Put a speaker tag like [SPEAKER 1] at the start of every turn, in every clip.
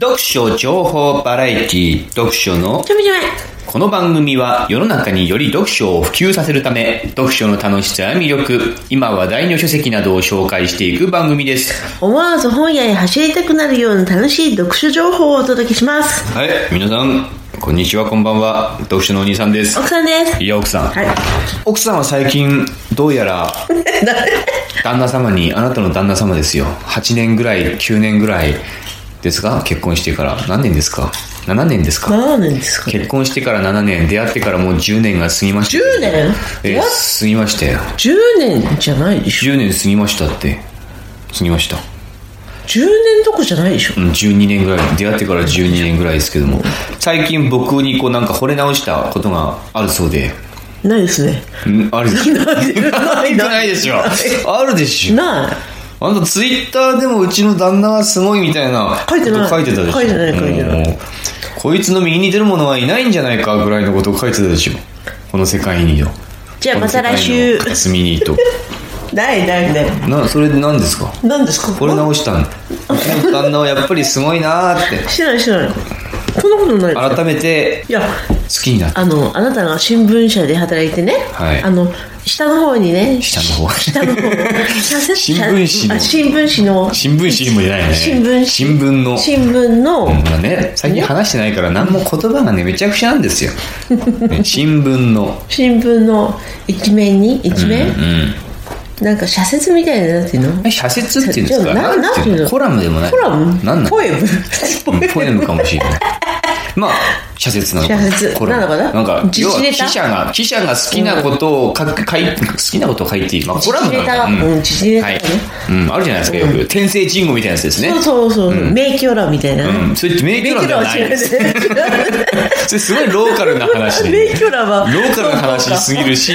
[SPEAKER 1] 読書情報バラエティ読書のこの番組は世の中により読書を普及させるため、読書の楽しさや魅力、今話題の書籍などを紹介していく番組です。
[SPEAKER 2] 思わず本屋へ走りたくなるような楽しい読書情報をお届けします。
[SPEAKER 1] はい、皆さんこんにちは、こんばんは。読書のお兄さんです。
[SPEAKER 2] 奥さんです。
[SPEAKER 1] いや、奥さん、
[SPEAKER 2] はい、
[SPEAKER 1] 奥さんは最近どうやら旦那様に、あなたの旦那様ですよ、8年ぐらい9年ぐらいですか、結婚してから何年ですか。7年ですか。
[SPEAKER 2] 7年ですか、ね、
[SPEAKER 1] 結婚してから7年、出会ってからもう10年が過ぎました。
[SPEAKER 2] 10年
[SPEAKER 1] 過ぎましたよ。
[SPEAKER 2] 10年じゃないでしょ。
[SPEAKER 1] 10年過ぎましたって。過ぎました。
[SPEAKER 2] 10年どこじゃないでしょ。
[SPEAKER 1] 12年ぐらい、出会ってから12年ぐらいですけども、最近僕にこうなんか惚れ直したことがあるそうで。
[SPEAKER 2] ないですね。
[SPEAKER 1] あるでしょ。ないでしょ。あるでしょ。
[SPEAKER 2] ない。
[SPEAKER 1] あんたツイッターでもうちの旦那はすごいみたいな
[SPEAKER 2] 書いてない。
[SPEAKER 1] 書いてたでしょ。
[SPEAKER 2] 書いてない。
[SPEAKER 1] こいつの右に出る者はいないんじゃないかぐらいのことを書いてたでしょ、この世界によ。
[SPEAKER 2] じゃあまた来週。
[SPEAKER 1] 霞にと
[SPEAKER 2] ない
[SPEAKER 1] それで何ですか。
[SPEAKER 2] 何ですか。
[SPEAKER 1] これ直したんだ。うちの旦那はやっぱりすごいなーって。
[SPEAKER 2] しないこんなことないです。
[SPEAKER 1] 改めて好きになった。
[SPEAKER 2] あなたが新聞社で働いてね、
[SPEAKER 1] はい、
[SPEAKER 2] 下の方にね、
[SPEAKER 1] 下の方
[SPEAKER 2] 新聞
[SPEAKER 1] 紙もじゃないね。新聞の、まあね、最近話してないから何も言葉がねめちゃくちゃなんですよ、ね、新聞の一面、なんか社説みたいな、なんていうの？ 社説っていうんですか。なんていうの？コラムでもない。
[SPEAKER 2] コラム？
[SPEAKER 1] なん
[SPEAKER 2] ポエム？
[SPEAKER 1] ポエムかもしれない。まあ社説なのかな。
[SPEAKER 2] 社説なのかな。
[SPEAKER 1] なんか要は記者が好きなことを書いていい。まあコラムなのかな。
[SPEAKER 2] 時事ネタね。
[SPEAKER 1] あるじゃないですか、よく天聖人語みたいなやつですね。
[SPEAKER 2] そう、名教欄みたいな。
[SPEAKER 1] それって名教欄ではないです。それすごいローカルな話で。
[SPEAKER 2] 名教欄は
[SPEAKER 1] ローカルな話すぎるし、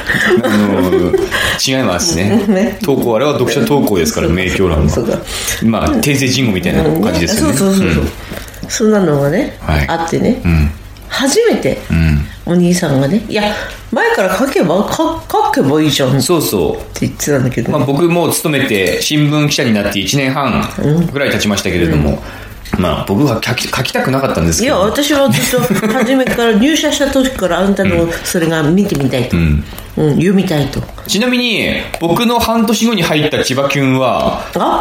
[SPEAKER 1] 違いますね。投稿、あれは読者投稿ですから、名教欄は。まあ天聖人語みたいな感じですよね。
[SPEAKER 2] そう。そんなのがね、あってね、初めてお兄さんがね、いや前から書けばいいじゃんって言ってたんだけど、
[SPEAKER 1] まあ、僕も勤めて新聞記者になって1年半ぐらい経ちましたけれども、まあ僕は書きたくなかったんですけど、
[SPEAKER 2] いや私はずっと初めから入社した時からあんたのそれが見てみたいと、読みたいと。
[SPEAKER 1] ちなみに僕の半年後に入った千葉キュンは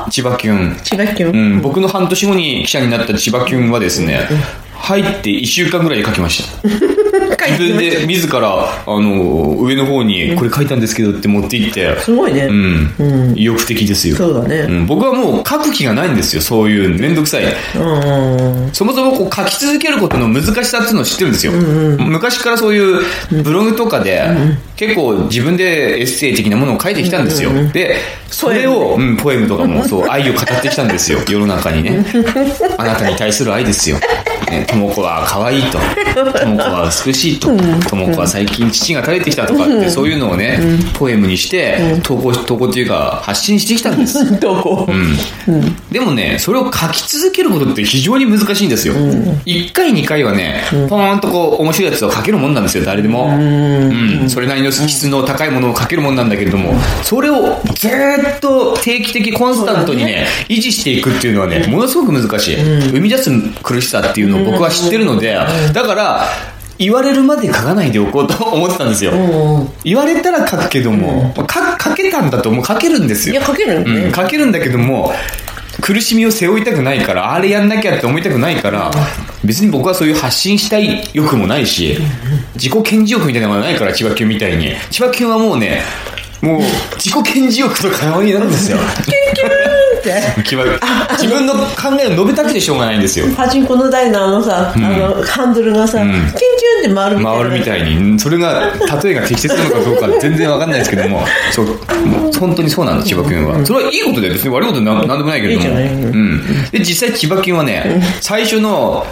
[SPEAKER 1] 僕の半年後に記者になった千葉キュンはですね、入って1週間ぐらいで書きました自分で自ら上の方にこれ書いたんですけどって持って行って、
[SPEAKER 2] すごいね。
[SPEAKER 1] 意欲的ですよ。
[SPEAKER 2] そうだね。
[SPEAKER 1] 僕はもう書く気がないんですよ、そういうめんどくさい。そもそもこう書き続けることの難しさっていうのを知ってるんですよ。昔からそういうブログとかで結構自分でエッセイ的なものを書いてきたんですよ。でそれをポエムとかもそう愛を語ってきたんですよ世の中にね。あなたに対する愛ですよ。智子は可愛いと、智子は美しいと、智子は最近父が垂れてきたとかって、そういうのをねポエムにして投稿っていうか発信してきたんです。
[SPEAKER 2] 投稿。
[SPEAKER 1] でもねそれを書き続けることって非常に難しいんですよ。1回2回はねポーンとこう面白いやつを書けるもんなんですよ、誰でも。それなりの質の高いものを書けるもんなんだけれども、それをずーっと定期的コンスタントにね維持していくっていうのはねものすごく難しい。生み出す苦しさっていうのを僕は知ってるので、だから言われるまで書かないでおこうと思ってたんですよ。言われたら書くけども、書けたんだともう書けるんですよ。
[SPEAKER 2] いや書けるんだね。
[SPEAKER 1] 書けるんだけども苦しみを背負いたくないから、あれやんなきゃって思いたくないから、別に僕はそういう発信したい欲もないし、自己顕示欲みたいなのがないから、千葉キュンみたいに。千葉キュンはもうね、もう自己顕示欲と会話になるんですよ。
[SPEAKER 2] キュンキューンって
[SPEAKER 1] 自分の考えを述べたくてしょうがないんですよ。
[SPEAKER 2] パチンコの台のハンドルがさ、キュンキュンって回るみたいに。
[SPEAKER 1] それが例えが適切なのかどうか全然わかんないですけども、本当にそうなんだ千葉君は。それはいいことで別に悪いことなんでもないけれども。で実際千葉君はね、最初の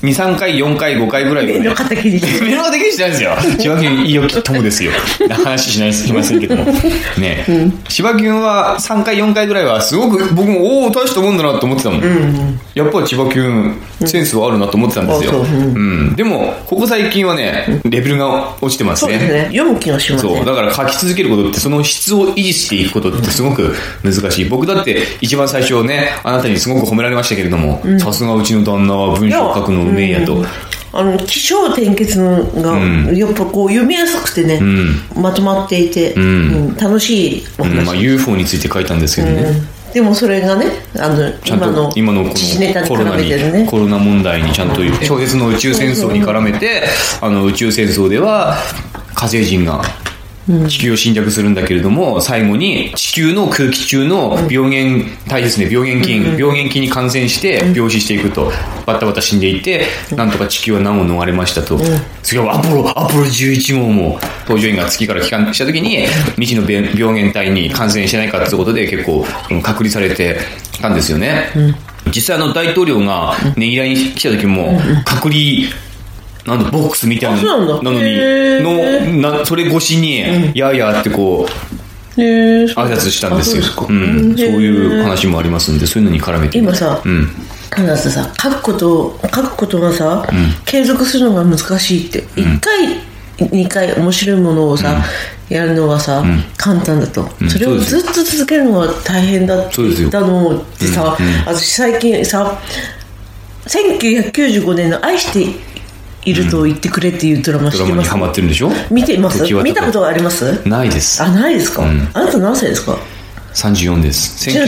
[SPEAKER 1] 3回、4回、5回ぐらいは、ね。
[SPEAKER 2] 目の敵にして。
[SPEAKER 1] 目の敵にしてないですよ。柴犬いいよ、友ですよ。話しませんけども。ね。柴犬は3回、4回ぐらいは、すごく僕も、大したもんだなと思ってたもん。やっぱり柴犬、センスはあるなと思ってたんですよ。でも、ここ最近はね、レベルが落ちてますね。
[SPEAKER 2] そうですね。読む気がしますね。
[SPEAKER 1] そう。だから書き続けることって、その質を維持していくことってすごく難しい。僕だって一番最初ね、あなたにすごく褒められましたけれども、さすがうちの旦那は文章を書くのうめえやと。
[SPEAKER 2] 起承転結が、やっぱこう読みやすくてね、まとまっていて、楽しいお話。
[SPEAKER 1] まあ UFO について書いたんですけどね。
[SPEAKER 2] でもそれがね、
[SPEAKER 1] 今のこのコロナ問題にちゃんと小説の宇宙戦争に絡めて、宇宙戦争では火星人が地球を侵略するんだけれども、最後に地球の空気中の病原体ですね、病原菌に感染して病死していくと、バタバタ死んでいて、なんとか地球は難を逃れましたと。次はアポロ11号も搭乗員が月から帰還した時に未知の病原体に感染してないかってことで結構隔離されてたんですよね。実際大統領がねぎらいに来た時も隔離ボックスみたいなのにそれ越しにやーやーってこう挨拶したんですよ。そういう話もありますんで、そういうのに絡めて
[SPEAKER 2] 今さ、書くことがさ、継続するのが難しいって、1回2回面白いものをさ、やるのがさ、簡単だと、それをずっと続けるのが大変だって言ったのってさ、私最近さ、1995年の愛していると言ってくれっていうドラマ知ってます？
[SPEAKER 1] ドラマにハマってるんでしょ？
[SPEAKER 2] 見てます？見たことがあります？
[SPEAKER 1] ないです。
[SPEAKER 2] ないですか？あなた何歳ですか
[SPEAKER 1] ？34です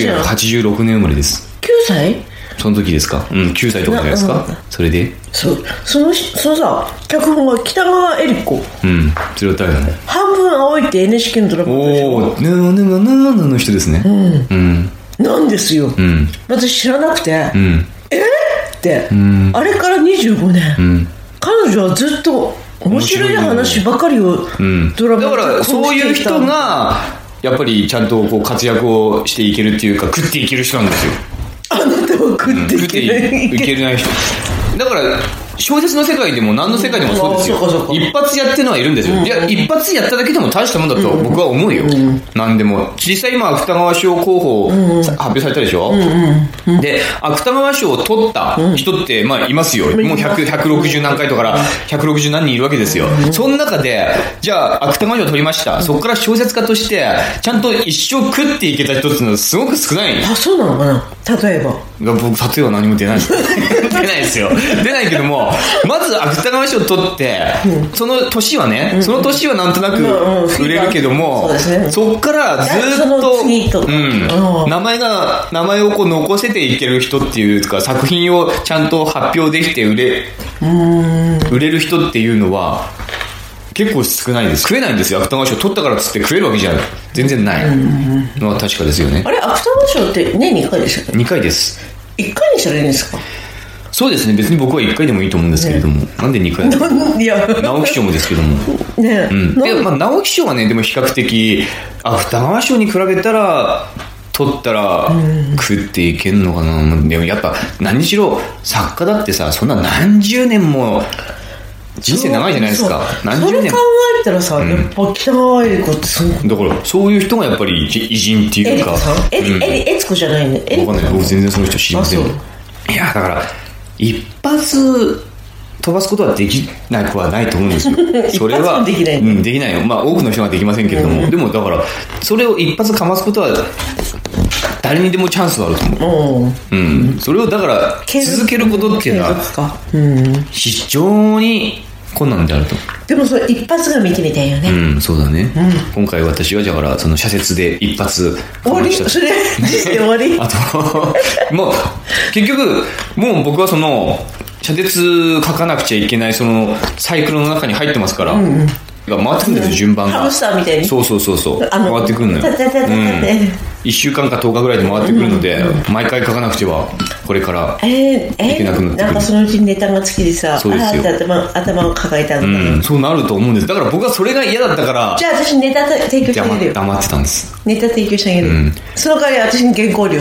[SPEAKER 1] 。1986年生まれです。
[SPEAKER 2] 9歳？
[SPEAKER 1] その時ですか？9歳とかじゃないですか？それで？
[SPEAKER 2] そのさ、脚本は北川恵理子。
[SPEAKER 1] それは誰だね。
[SPEAKER 2] 半分青いって NHK のドラマでしょ。
[SPEAKER 1] の人ですね。
[SPEAKER 2] なんですよ。私知らなくて、って、あれから25年。彼女はずっと面白い話ばかりをドラマ
[SPEAKER 1] だからそういう人がやっぱりちゃんとこう活躍をしていけるっていうか、食っていける人なんですよ。
[SPEAKER 2] あなたは食っていけ
[SPEAKER 1] ない人だから、小説の世界でも何の世界でもそうですよ。一発やってるのはいるんですよ。いや、一発やっただけでも大したもんだと僕は思うよ。何でも。実際今、芥川賞候補発表されたでしょ。で、芥川賞を取った人って、まあ、いますよ。もう160何回とから160何人いるわけですよ。その中で、じゃあ、芥川賞を取りました。そこから小説家として、ちゃんと一生食っていけた人っていうのはすごく少ない。
[SPEAKER 2] あ、そうなのかな？例えば。
[SPEAKER 1] 僕、例えば何も出ないです。出ないですよ。出ないけども、まず芥川賞を取って、その年はね、その年はなんとなく売れるけども、そっからずっと、名前をこう残せていける人っていうか、作品をちゃんと発表できて売れる人っていうのは、結構少ないです。食えないんですよ。芥川賞取ったからっつって食えるわけじゃ全然ないのは確かですよね。
[SPEAKER 2] あれ、芥川賞って年2回でしたっけ
[SPEAKER 1] ？2回です。
[SPEAKER 2] 1回にしたらいいんですか？
[SPEAKER 1] そうですね。別に僕は1回でもいいと思うんですけれども、なんで2回直木賞もですけども。で、まあ、直木賞はね、でも比較的、芥川賞に比べたら、取ったら食っていけんのかな。でもやっぱ、何しろ作家だってさ、そんな何十年も、人生長いじゃないですか。
[SPEAKER 2] 何十年。それ考えたらさ、やっぱ北川恵理子ってすごい。
[SPEAKER 1] だから、そういう人がやっぱり偉人っていうか。
[SPEAKER 2] 恵理子じゃないね。
[SPEAKER 1] わかんない。僕全然その人知りません。いや、だから、一発飛ばすことはできなくはないと思うんですよ。それは
[SPEAKER 2] できない、
[SPEAKER 1] できないよ。まあ多くの人ができませんけれども、でもだからそれを一発かますことは誰にでもチャンスはあると思う。それをだから続けることっていうのは非常に困難であると。
[SPEAKER 2] でもそれ一発が見てみたいよね。
[SPEAKER 1] そうだね。今回私はだからその社説で一発
[SPEAKER 2] 終わり？それ終わり？
[SPEAKER 1] あともう結局もう僕はその社説書かなくちゃいけないそのサイクルの中に入ってますから。が回ってくるんですよ、順番が。
[SPEAKER 2] ハムスターみたいに。
[SPEAKER 1] そう回ってくるのよ。1週間か10日ぐらいで回ってくるので、毎回書かなくてはこれからいけなくなってくる。
[SPEAKER 2] なんかそのうちネタが尽きてさ、頭を抱えたのか
[SPEAKER 1] そうなると思うんです。だから僕はそれが嫌だったから、
[SPEAKER 2] じゃあ私ネタ提供してあげるよ。
[SPEAKER 1] 黙ってたんです。
[SPEAKER 2] ネタ提供してあげる。その代わり私に原稿料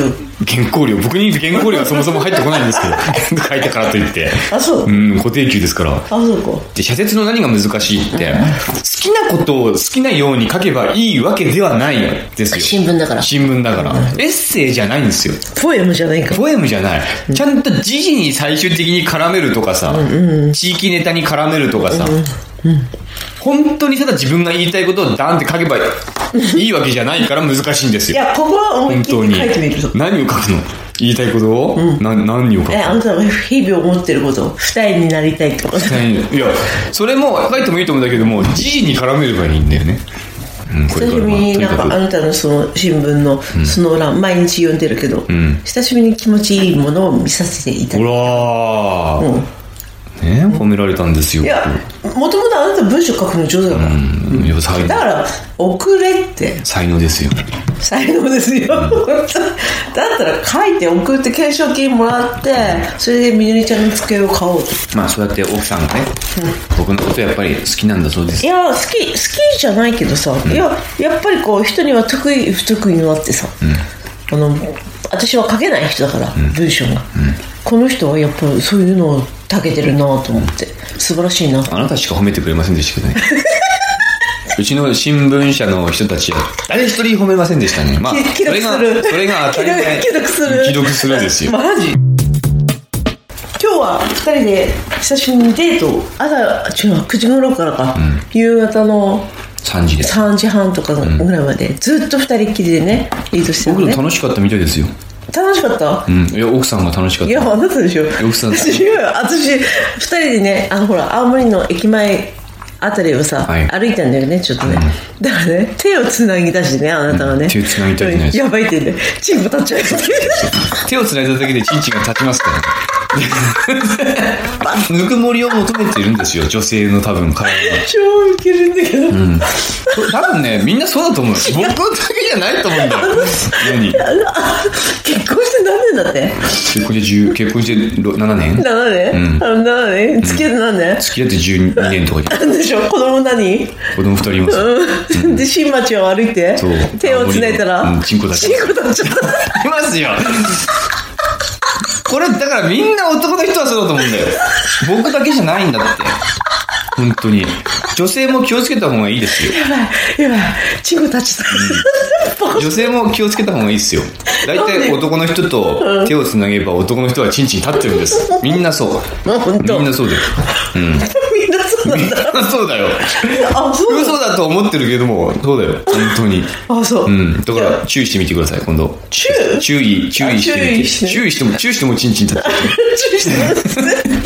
[SPEAKER 1] 原稿料、僕に原稿料はそもそも入ってこないんですけど書いたからといって、
[SPEAKER 2] あ、そう、
[SPEAKER 1] 固定給ですから。
[SPEAKER 2] あ、そうか。
[SPEAKER 1] で、社説の何が難しいって、好きなことを好きなように書けばいいわけではないですよ。
[SPEAKER 2] 新聞だから。
[SPEAKER 1] 新聞だから。エッセイじゃないんですよ。
[SPEAKER 2] ポエムじゃないか。
[SPEAKER 1] ポエムじゃない。ちゃんと時事に最終的に絡めるとかさ、地域ネタに絡めるとかさ、本当にただ自分が言いたいことをダンって書けばいいわけじゃないから難しいんですよ。
[SPEAKER 2] いや、ここは思いっきり書いてみると。
[SPEAKER 1] 何を書くの？言いたいことを、何を書くの？
[SPEAKER 2] あなたが日々思ってること、二重になりたいとか。
[SPEAKER 1] いや、それも書いてもいいと思うんだけども、時事に絡めればいいんだよね。
[SPEAKER 2] 久しぶりになんかあなたのその新聞のその欄、毎日読んでるけど、久しぶりに気持ちいいものを見させていただいた。
[SPEAKER 1] ほら褒められたんですよ。
[SPEAKER 2] いや、もともとあなた文章書くの上手だから。だから、送れって。
[SPEAKER 1] 才能ですよ。
[SPEAKER 2] 才能ですよ。だったら書いて送って懸賞金もらって、それでみのりちゃんの机を買おうと。
[SPEAKER 1] まあ、そうやって奥さんがね、僕のことやっぱり好きなんだそうです。
[SPEAKER 2] いや、好きじゃないけどさ、いや、やっぱりこう、人には得意、不得意があってさ、私は書けない人だから、文章が。この人はやっぱりそういうのを長けてるなと思って、素晴らしいな。
[SPEAKER 1] あなたしか褒めてくれませんでしたけどね。うちの新聞社の人たちは誰一人褒めませんでしたね。まあ、それが当たり前。
[SPEAKER 2] 既読する
[SPEAKER 1] ですよ。
[SPEAKER 2] マジ？今日は2人で久しぶりにデート、9時頃からか、夕方の
[SPEAKER 1] 3時です。
[SPEAKER 2] 3時半とかぐらいまで、ずっと2人っきりでね、デートしてたのね。
[SPEAKER 1] 僕楽しかったみたいですよ。
[SPEAKER 2] 楽しかった？
[SPEAKER 1] いや、奥さんが楽しかった。
[SPEAKER 2] いや、あなたでしょ。
[SPEAKER 1] 奥さん。
[SPEAKER 2] 私、2人でね、ほら、青森の駅前あたりをさ、歩いたんだよね、ちょっとね。だからね、手をつなぎ出してね、あなたはね。
[SPEAKER 1] 手をつなぎたいじゃないですか。
[SPEAKER 2] やばいって言って、チンコ立っちゃうって。
[SPEAKER 1] 手をつないだだけでチンチンが立ちますから。ぬくもりを求めているんですよ、女性の多分体が。
[SPEAKER 2] 超ウケるんだけど。
[SPEAKER 1] 多分ね、みんなそうだと思う。僕だけじゃないと思うんだよ。何？
[SPEAKER 2] 結婚して何年だって？
[SPEAKER 1] 結婚して7年？
[SPEAKER 2] 7年？7年？付き合って何年？
[SPEAKER 1] 付き合って12年とかじゃん。
[SPEAKER 2] でしょ？子供何？
[SPEAKER 1] 子供2人います。
[SPEAKER 2] で、新町を歩いて、手をつないだら、
[SPEAKER 1] チンコ立っちゃった。いますよ。これ、だからみんな男の人はそうだと思うんだよ。僕だけじゃないんだって。本当に。女性も気をつけた方がいいですよ。
[SPEAKER 2] やばい。チンコ立ちた。
[SPEAKER 1] 女性も気をつけた方がいいですよ。大体男の人と手をつなげば男の人はチンチン立ってるんです。みんなそう。みんなそうだよ。
[SPEAKER 2] みんなそうなんだ。
[SPEAKER 1] みんなそうだよ。
[SPEAKER 2] あ、そうだ。
[SPEAKER 1] 嘘だと思ってるけども、そうだよ。本当に。
[SPEAKER 2] あ、そう。
[SPEAKER 1] だから注意してみてください、今度。注意してみて。注意してもチンチン立ってる。注意して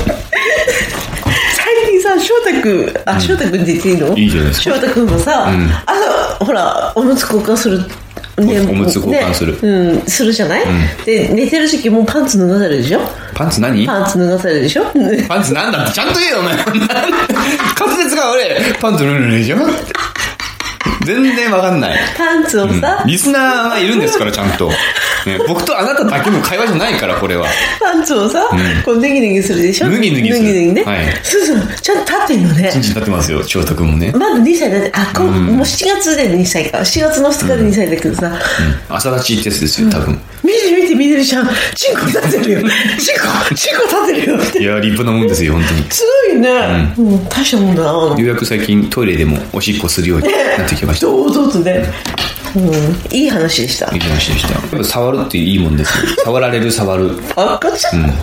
[SPEAKER 1] 最近さ、翔太くんって言っていいの？ いいじゃないですか。
[SPEAKER 2] 翔太くんもさ、ほら、おむつ交換する。ね、
[SPEAKER 1] おむつ交換する。
[SPEAKER 2] するじゃない？で、寝てる時もうパンツ脱がされるでしょ？
[SPEAKER 1] パンツ何？
[SPEAKER 2] パンツ脱がされるでしょ？
[SPEAKER 1] パンツなんだってちゃんと言えよ、お前。滑舌が俺、パンツ脱ぐでしょ？全然わかんない。
[SPEAKER 2] パンツをさ、
[SPEAKER 1] リスナーがいるんですから、ちゃんと。ね、僕とあなただけの会話じゃないから、これは。
[SPEAKER 2] パンツをさ、こう、脱ぎするでしょ？
[SPEAKER 1] 脱ぎする。
[SPEAKER 2] ね。
[SPEAKER 1] はい。
[SPEAKER 2] そう、ちゃんと立ってんのね。
[SPEAKER 1] ちんちん立ってますよ、翔太くんもね。
[SPEAKER 2] まだ2歳だって、もう7月で2歳か。7月の2日で2歳だけどさ。
[SPEAKER 1] 朝立ちってやつですよ、多分。
[SPEAKER 2] 見て、みどりちゃん。チンコ立ってるよ。チンコ立ってるよって。
[SPEAKER 1] いや、立派なもんですよ、本当に。
[SPEAKER 2] すごいね。大したもんだな。
[SPEAKER 1] ようやく最近トイレでもおしっこするようになってきました。
[SPEAKER 2] 堂々とね。いい話でした。
[SPEAKER 1] いい話でした。触るっていいもんですよ。触られる、触る。
[SPEAKER 2] 赤ちゃん。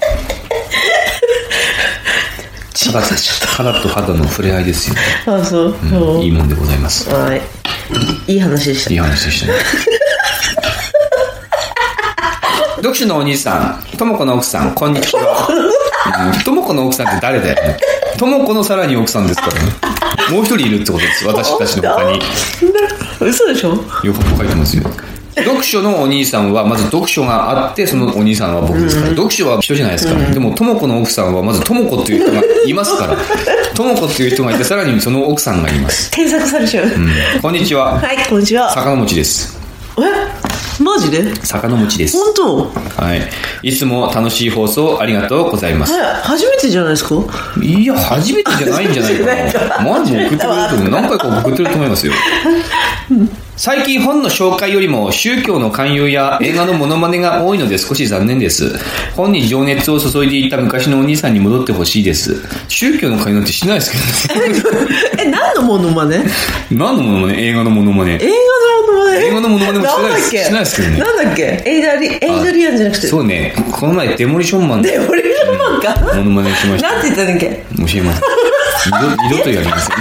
[SPEAKER 1] 肌と肌の触れ合いですよ。
[SPEAKER 2] あ、そう。
[SPEAKER 1] いいもんでございます。
[SPEAKER 2] はい。いい話でした。
[SPEAKER 1] いい話でしたね。読書のお兄さん、ともこの奥さん、こんにちは。ともこの奥さんって誰だよね。ともこのさらに奥さんですからね。もう一人いるってことです。私たちの他に。
[SPEAKER 2] 嘘でしょ？
[SPEAKER 1] よく書いてますよ。読書のお兄さんはまず読書があって、そのお兄さんは僕ですから。読書は人じゃないですから。でもともこの奥さんはまずともこっていう人がいますから。ともこっていう人がいて、さらにその奥さんがいます。
[SPEAKER 2] 添削されちゃう。
[SPEAKER 1] こんにちは。
[SPEAKER 2] はい、こんにちは。
[SPEAKER 1] 魚餅です。
[SPEAKER 2] マジで？
[SPEAKER 1] 魚餅です。
[SPEAKER 2] 本当？
[SPEAKER 1] はい。いつも楽しい放送ありがとうございます。
[SPEAKER 2] 初めてじゃないですか？
[SPEAKER 1] いや、初めてじゃないんじゃないかな。マジで送ってくれると思う。何回か送ってると思いますよ。 最近本の紹介よりも宗教の勧誘や映画のモノマネが多いので少し残念です。本に情熱を注いでいた昔のお兄さんに戻ってほしいです。宗教の勧誘なんてしないですけどね。
[SPEAKER 2] 何のモノマネ？
[SPEAKER 1] 何のモノマネ？映画のモノマネ。
[SPEAKER 2] 映画のモノマネ
[SPEAKER 1] もしてないですけどね。
[SPEAKER 2] なんだっけ？エイドリアンじゃなくて。
[SPEAKER 1] そうね。この前デモリションマン。
[SPEAKER 2] デモリションマンか？
[SPEAKER 1] モノマネしました。
[SPEAKER 2] なんて言ったんだっけ？
[SPEAKER 1] 教えます。二度とやりますよ。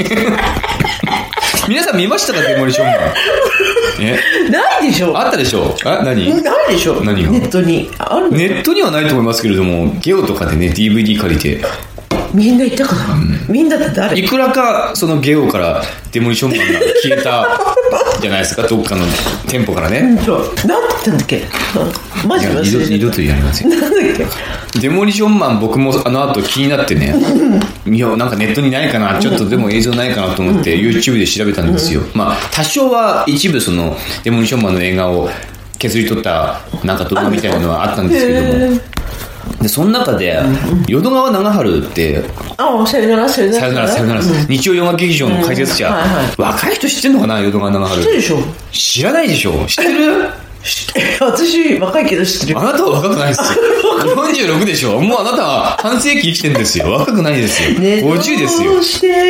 [SPEAKER 1] 皆さん見ましたかデモリションマン。
[SPEAKER 2] ないでしょ。
[SPEAKER 1] あったでしょ。何？
[SPEAKER 2] ないでしょ。
[SPEAKER 1] 何が？
[SPEAKER 2] ネットにある。
[SPEAKER 1] ネットにはないと思いますけれども、ゲオとかでね DVD 借りて。
[SPEAKER 2] みんな行ったかな、みんなって誰？
[SPEAKER 1] いくらかそのゲオからデモリションマンが消えたじゃないですか、どっかの店舗からね。
[SPEAKER 2] なんて言ったんだっけ？マジで
[SPEAKER 1] 二度とやりません。
[SPEAKER 2] なんだっ
[SPEAKER 1] け？デモリションマン僕もあの後気になってね、いやなんかネットにないかな、ちょっとでも映像ないかなと思って YouTube で調べたんですよ。まあ多少は一部そのデモリションマンの映画を削り取ったなんか動画みたいなのはあったんですけども、でその中で淀川長春って
[SPEAKER 2] さよなら、
[SPEAKER 1] 日曜洋画劇場の解説者、若い人知ってんのかな、淀川長春。
[SPEAKER 2] 知ってるでしょ。
[SPEAKER 1] 知らないでしょ。知ってる？
[SPEAKER 2] 私若いけど知ってる。
[SPEAKER 1] あなたは若くないですよ。46でしょ。もうあなたは半世紀生きてるんですよ。若くないですよ。50ですよ。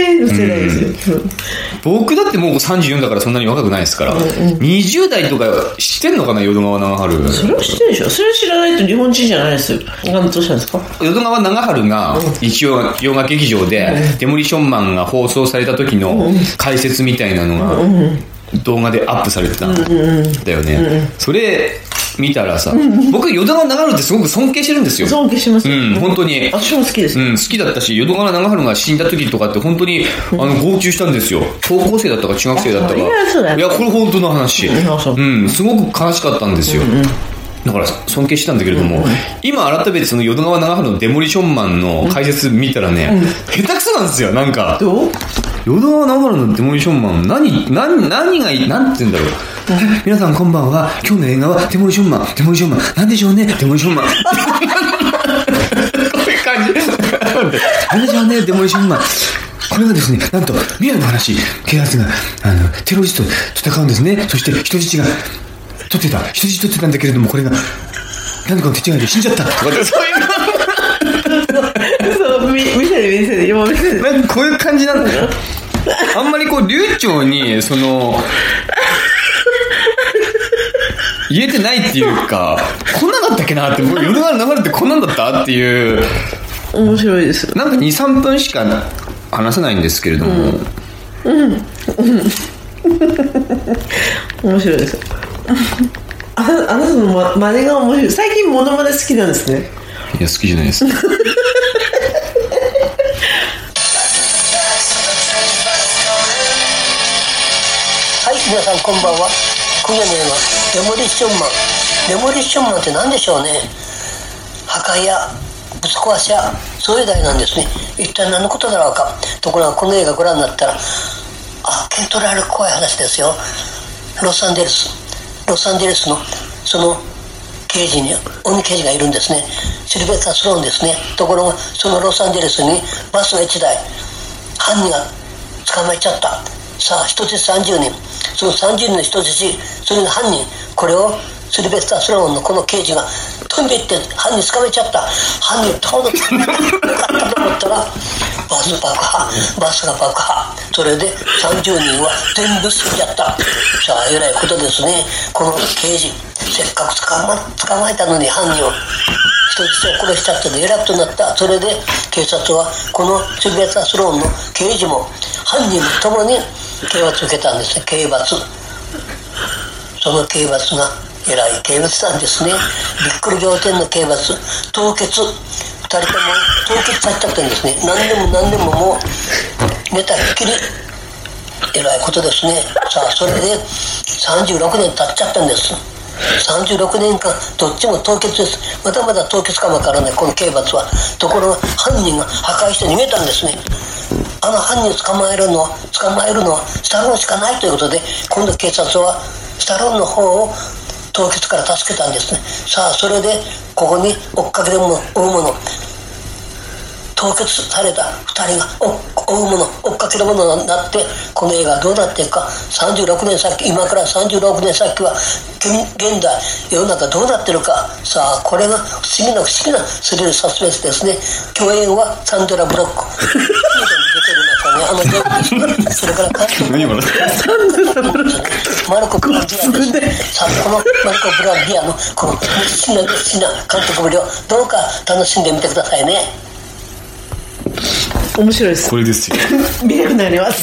[SPEAKER 1] 僕だってもう34だからそんなに若くないですから、20代とか知ってんのかな、淀川長春。
[SPEAKER 2] それは知ってるでしょ。それ知らないと日本人じゃないですよ。どうしたんですか？
[SPEAKER 1] 淀川長春が一応洋画劇場でデモリションマンが放送された時の解説みたいなのが動画でアップされてたんだよね。それ見たらさ、僕淀川長春ってすごく尊敬してるんですよ。
[SPEAKER 2] 尊敬してます。
[SPEAKER 1] 本当に。
[SPEAKER 2] 私も好きです。
[SPEAKER 1] 好きだったし、淀川長春が死んだ時とかって本当に号泣したんですよ。高校生だったか中学生だったか。いやこれ本当の話。すごく悲しかったんですよ。だから尊敬してたんだけれども、今改めてその淀川長春のデモリションマンの解説見たらね、下手くそなんですよ。なんか淀川長春のデモリションマン何がなんて言うんだろう。皆さんこんばんは。今日の映画はデモリションマンなんでしょうね、デモリションマン。こういう感じ。なんでしょうね、デモリションマン。これはですね、なんと未来の話、警察がテロリストと戦うんですね。そして人質取ってたんだけれども、これが何かの手違いで死んじゃったとかそういう
[SPEAKER 2] そう見せて
[SPEAKER 1] なんかこういう感じなんだよ。あんまりこう流暢にその言えてないっていうか、こんなんだったっけなって、淀川の流れってこんなんだったっていう。
[SPEAKER 2] 面白いです。
[SPEAKER 1] なんか 2,3 分しか話せないんですけれども、
[SPEAKER 2] 面白いです。あなたの真似が面白い。最近モノマネ好きなんですね。
[SPEAKER 1] いや好きじゃないです。はい、
[SPEAKER 3] 皆さんこんばんは。今夜の映画デモリッションマン。デモリッションマンって何でしょうね。破壊やぶち壊しやそういう題なんですね。一体何のことだろうか。ところがこの映画ご覧になったら見取られる怖い話ですよ。ロサンゼルスのその刑事に鬼刑事がいるんですね。シルベスター・スローンですね。ところがそのロサンゼルスにバスが1台犯人が捕まえちゃった。さあ人質30人、その30人の人質、それが犯人、これをシルベスター・スローンのこの刑事が飛んでいって犯人捕まえちゃった。犯人とどかったと思ったらバスが爆破。それで30人は全部死んじゃった。さあえらいことですね。この刑事せっかく捕まえたのに犯人を人質を殺しちゃってでえらいことになった。それで警察はこのシルベスター・スローンの刑事も犯人も共に刑罰を受けたんですね。刑罰。その刑罰がえらい刑罰なんですね。びっくり仰天の刑罰。凍結。2人とも凍結されちゃってるんですね。何でももう寝たきりえらいことですね。さあそれで36年経っちゃったんです。36年間どっちも凍結です。まだまだ凍結かもわからないこの刑罰は。ところが犯人が破壊して逃げたんですね。あの犯人を捕まえるのはスタローンしかないということで、今度警察はスタローンの方を凍結から助けたんですね。さあそれでここに追っかけるもの追うもの凍結された2人が追っかけるものになって、この映画はどうなっていくか。36年先、今から36年先は現代世の中どうなってるか。さあ、これが不思議なスリルサスペンスですね。共演はサンドラ・ブロックそれからマルコ・ブランディアです。さあ、このマルコ・ブランディアのこの不思議な監督ぶりをどうか楽しんでみてくださいね。
[SPEAKER 2] 面白いです。
[SPEAKER 1] これですよ。
[SPEAKER 2] 見たくなります。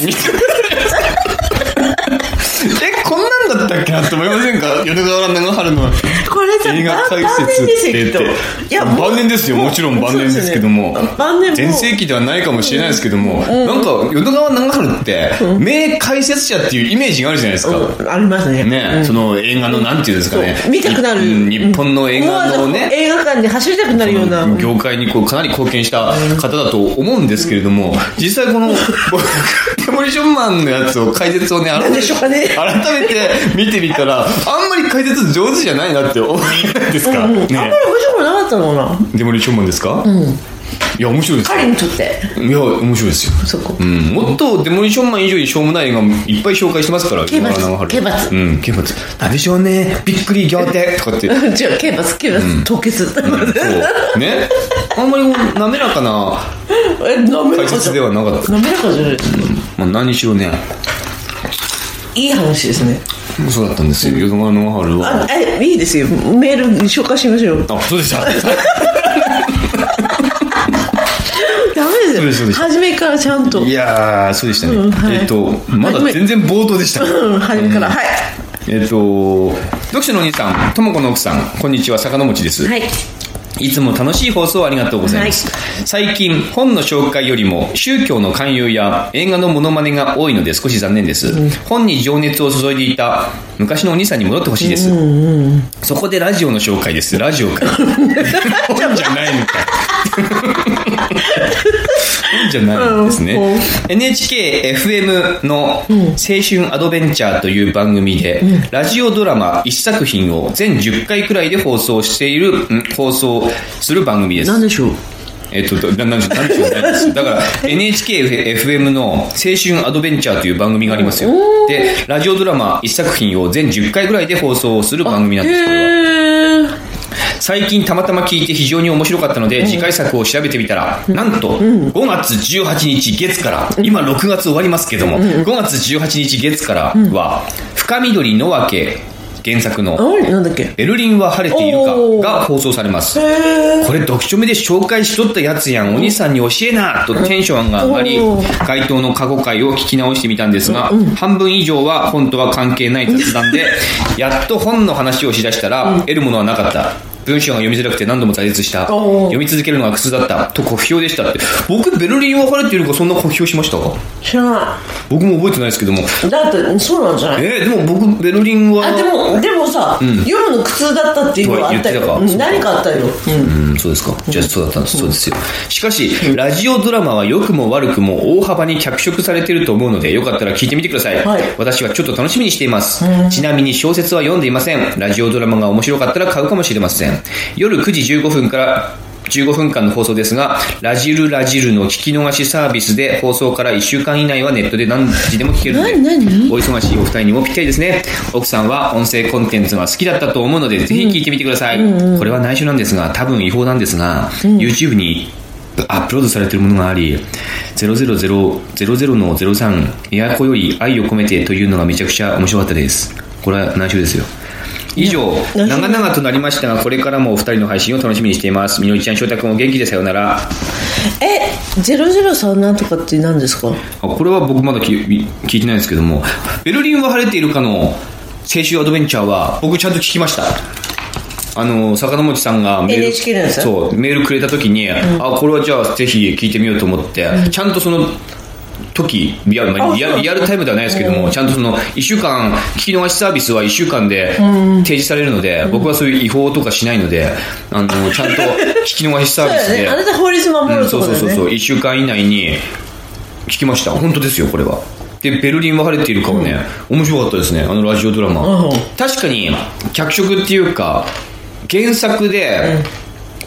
[SPEAKER 1] こんなんだったっけなって思いませんか？淀川長春の
[SPEAKER 2] これさ、
[SPEAKER 1] 映画解説って言って。いや、晩年ですよ。もちろん晩年ですけども。全盛期ではないかもしれないですけども、なんか、淀川長春って、名解説者っていうイメージがあるじゃないですか。
[SPEAKER 2] ありますね。
[SPEAKER 1] ね、その映画のなんていうんですかね。
[SPEAKER 2] 見たくなる。
[SPEAKER 1] 日本の映画のね。
[SPEAKER 2] 映画館で走りたくなるような。
[SPEAKER 1] 業界にかなり貢献した方だと思うんですけれども、実際この、デモリションマンのやつを解説をね、改めて見てみたら、あんまり解説上手じゃないなって思うじゃないですか。ね、
[SPEAKER 2] あんまり面白くなかったのかな。
[SPEAKER 1] デモリションマンですか？いや、面白いです。
[SPEAKER 2] 彼にとって。
[SPEAKER 1] いや、面白いですよ。
[SPEAKER 2] そこ。
[SPEAKER 1] もっとデモリションマン以上にしょうもない映画いっぱい紹介してますから。
[SPEAKER 2] 刑罰。
[SPEAKER 1] 刑罰。なんでしょうね。びっくり仰天とかって。
[SPEAKER 2] 違う、刑罰、凍結。そう。
[SPEAKER 1] ね。あんまり滑らかな解説ではなかった。
[SPEAKER 2] 滑らかじゃないですか。
[SPEAKER 1] まあ何しろね。
[SPEAKER 2] いい話ですね。
[SPEAKER 1] そうだったんですよ。淀川長春は。
[SPEAKER 2] いいですよ。メール紹介しましょう。
[SPEAKER 1] あ、そうでした。
[SPEAKER 2] ダメですよ。初めからちゃんと。
[SPEAKER 1] いやー、そうでしたね。まだ全然冒頭でした。
[SPEAKER 2] 初めから。はい。
[SPEAKER 1] 読書のお兄さん、ともこの奥さん、こんにちは、坂野餅です。
[SPEAKER 2] はい。
[SPEAKER 1] いつも楽しい放送ありがとうございます。最近、本の紹介よりも宗教の勧誘や映画のモノマネが多いので少し残念です。本に情熱を注いでいた昔のお兄さんに戻ってほしいです。そこでラジオの紹介です。ラジオか。本じゃないのか。本じゃないんですね。NHK-FM の青春アドベンチャーという番組で、ラジオドラマ1作品を全10回くらいで放送する番組です。
[SPEAKER 2] 何でしょう。
[SPEAKER 1] 何でしょう。だから NHK-FM の青春アドベンチャーという番組がありますよ。で、ラジオドラマ1作品を全10回くらいで放送する番組なんです。これは最近たまたま聞いて非常に面白かったので次回作を調べてみたら、なんと5月18日月から今6月終わりますけども、5月18日月からは深緑のわけ原作のベルリンは晴れているかが放送されます。これ読書目で紹介しとったやつやん、お兄さんに教えなとテンションが上がり、該当の過去回を聞き直してみたんですが、半分以上は本とは関係ない雑談で、やっと本の話をしだしたら得るものはなかった。文章が読みづらくて何度も挫折した。読み続けるのが苦痛だったと酷評でしたって。僕ベルリンは晴れているかそんな酷評しましたか？
[SPEAKER 2] 知らない。
[SPEAKER 1] 僕も覚えてないですけども。
[SPEAKER 2] だってそうなんじゃない？
[SPEAKER 1] でも僕ベルリンは
[SPEAKER 2] でもさ、夜の苦痛だったっていうのはあったよ。何かあったよ。
[SPEAKER 1] そうですか。じゃあそうだったんです。そうですよ。しかしラジオドラマは良くも悪くも大幅に脚色されていると思うので、よかったら聞いてみてください。私はちょっと楽しみにしています。ちなみに小説は読んでいません。ラジオドラマが面白かったら買うかもしれません。夜9時15分から15分間の放送ですが、ラジルの聞き逃しサービスで放送から1週間以内はネットで何時でも聞けるので、お忙しいお二人にもぴったりですね。奥さんは音声コンテンツが好きだったと思うので、ぜひ聞いてみてください。これは内緒なんですが、多分違法なんですが、YouTube にアップロードされているものがあり、00000-03エアコより愛を込めてというのがめちゃくちゃ面白かったです。これは内緒ですよ。以上、長々となりましたが、これからもお二人の配信を楽しみにしています。みのりちゃん、翔太くんお元気でさようなら。
[SPEAKER 2] 003なんとかって何ですか？
[SPEAKER 1] これは僕まだ聞いてないんですけども、ベルリンは晴れているかの青春アドベンチャーは僕ちゃんと聞きました。坂本さんがメールくれた時に、これはじゃあぜひ聞いてみようと思って、ちゃんとその時リアルタイムではないですけども、ちゃんとその1週間聞き逃しサービスは1週間で提示されるので、僕はそういう違法とかしないので、ちゃんと聞き逃しサービスで
[SPEAKER 2] あなた法律守るところだね。
[SPEAKER 1] そう1週間以内に聞きました。本当ですよこれは。でベルリンは晴れているかはね、面白かったですね、ラジオドラマ。確かに脚色っていうか原作で、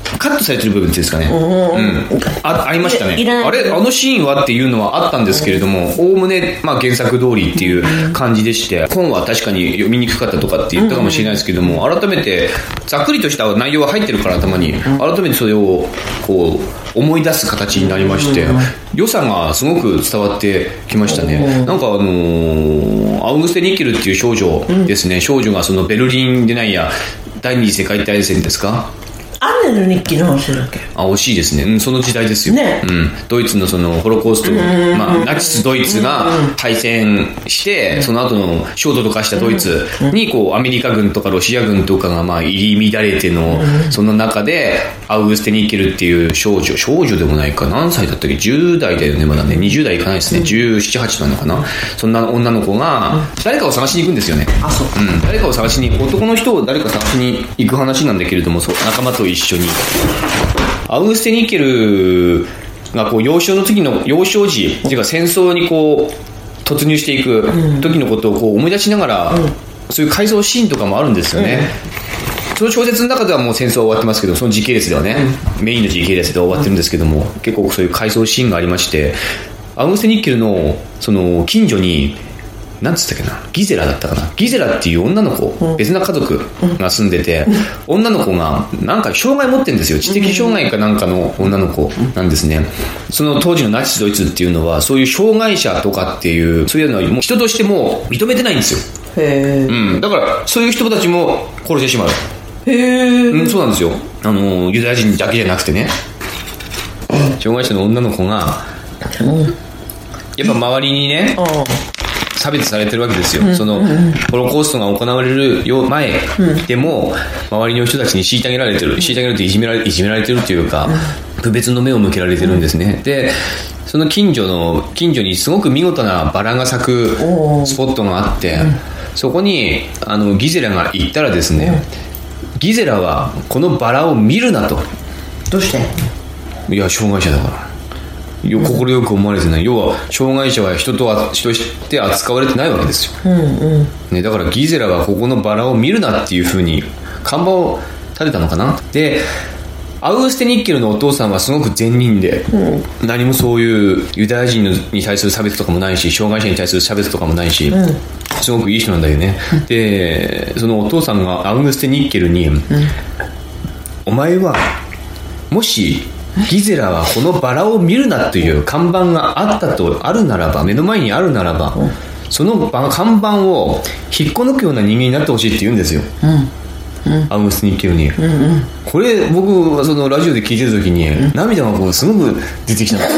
[SPEAKER 1] カットされてる部分っていうんですかね。ありましたね。あれ、あのシーンはっていうのはあったんですけれども、おおむね、まあ原作通りっていう感じでして、本は確かに読みにくかったとかって言ったかもしれないですけども、改めて、ざっくりとした内容が入ってるから頭に、改めてそれを、こう、思い出す形になりまして、良さがすごく伝わってきましたね。なんかアウグステ・ニッケルっていう少女ですね、少女がそのベルリンでないや、第二次世界大戦ですか、
[SPEAKER 2] アンネの日記の話だっけ。
[SPEAKER 1] 惜しいですね、その時代ですよ、
[SPEAKER 2] ね、
[SPEAKER 1] ドイツのそのホロコースト、ナチスドイツが敗戦して、その後の焦土と化したドイツにこうアメリカ軍とかロシア軍とかがまあ入り乱れての、その中でアウグステ・ニッケルっていう少女でもないか、何歳だったっけ、10代だよね、まだね、20代いかないですね、17、8なのかな、そんな女の子が誰かを探しに行くんですよね。誰かを探しに、男の人を誰か探しに行く話なんだけれども、仲間と一緒にアウグステ・ニッケルがこう幼少時っていうか戦争にこう突入していく時のことをこう思い出しながら、そういう回想シーンとかもあるんですよね。その小説の中ではもう戦争は終わってますけど、その時系列ではね、メインの時系列では終わってるんですけども、結構そういう回想シーンがありまして、アウグステ・ニッケルのその近所になんつったっけな、ギゼラだったかな、ギゼラっていう女の子、別な家族が住んでて、女の子がなんか障害持ってるんですよ。知的障害かなんかの女の子なんですね。その当時のナチスドイツっていうのはそういう障害者とかっていうそういうのはもう人としても認めてないんですよ。だからそういう人たちも殺してしまう。そうなんですよ。ユダヤ人だけじゃなくてね、障害者の女の子がやっぱ周りにね差別されてるわけですよ。そのホロコーストが行われる前でも周りの人たちに虐げられてるといじめられてるというか、不別の目を向けられてるんですね。でその近所にすごく見事なバラが咲くスポットがあって、そこにギゼラが行ったらですね、ギゼラはこのバラを見るなと。
[SPEAKER 2] どうして？
[SPEAKER 1] いや障害者だから。心よく思われてない。要は障害者は人として扱われてないわけですよ、ね、だからギゼラはここのバラを見るなっていう風に看板を立てたのかな。でアウグステ・ニッケルのお父さんはすごく善人で、何もそういうユダヤ人に対する差別とかもないし、障害者に対する差別とかもないし、すごくいい人なんだよね、でそのお父さんがアウグステ・ニッケルに、お前はもしギゼラはこのバラを見るなという看板があるならば、目の前にあるならば、その看板を引っこ抜くような人間になってほしいって言うんですよ、アウグステ・ニッケルに、これ僕はそのラジオで聞いてる時に、涙がこうすごく出てきたの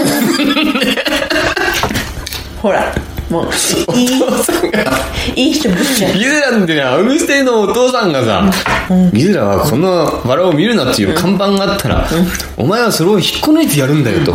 [SPEAKER 2] ほらもういい人ぶっちゃう。
[SPEAKER 1] ギゼラってね、アウグステのお父さんがさ、ギゼラはこのバラを見るなっていう看板があったら、お前はそれを引っこ抜いてやるんだよと、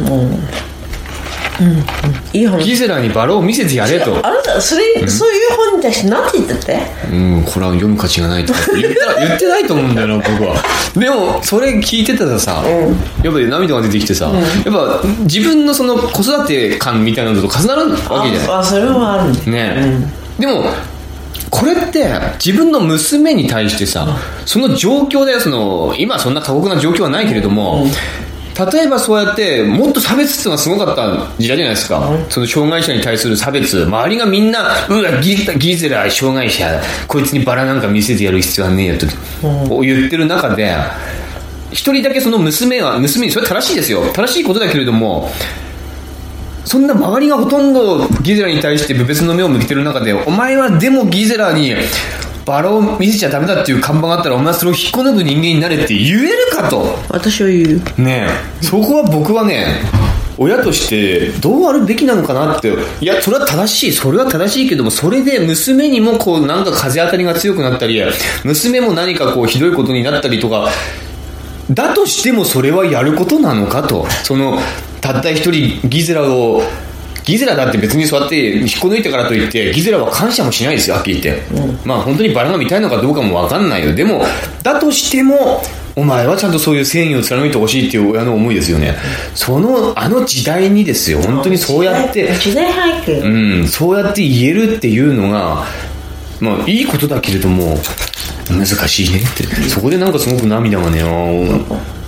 [SPEAKER 2] いい本。
[SPEAKER 1] ギゼラにバラを見せてやれと。
[SPEAKER 2] あなたそういう本に対して何て言ったって、
[SPEAKER 1] これは読む価値がないとか言ってないと思うんだよな僕は。でもそれ聞いてたらさ、やっぱり涙が出てきてさ、やっぱ自分のその子育て感みたいなのと重なるわけじゃない。
[SPEAKER 2] それはある
[SPEAKER 1] ね、でもこれって自分の娘に対してさ、その状況で今そんな過酷な状況はないけれども、例えばそうやってもっと差別っていうのがすごかった時代じゃないですか、その障害者に対する差別、周りがみんなうわギゼラ障害者、こいつにバラなんか見せてやる必要はねえよと言ってる中で、一人だけその娘に、それ正しいですよ、正しいことだけれども、そんな周りがほとんどギゼラに対して不別の目を向けてる中で、お前はでもギゼラにバラを見せちゃダメだっていう看板があったら、お前はそれを引っこ抜く人間になれって言えるかと。
[SPEAKER 2] 私は言う
[SPEAKER 1] ねえ、そこは僕はね、親としてどうあるべきなのかなって。いやそれは正しいけども、それで娘にもこうなんか風当たりが強くなったり、娘も何かこうひどいことになったりとかだとしても、それはやることなのかと。たった一人ギゼラだって別にそうやって引っこ抜いてからといってギゼラは感謝もしないですよ、はっきり言って、まあ本当にバラが見たいのかどうかも分かんないよ。でもだとしてもお前はちゃんとそういう正義を貫いてほしいっていう親の思いですよね。あの時代にですよ、本当にそうやって
[SPEAKER 2] 時代背景、
[SPEAKER 1] そうやって言えるっていうのがまあいいことだけれども難しいねって。そこでなんかすごく涙がね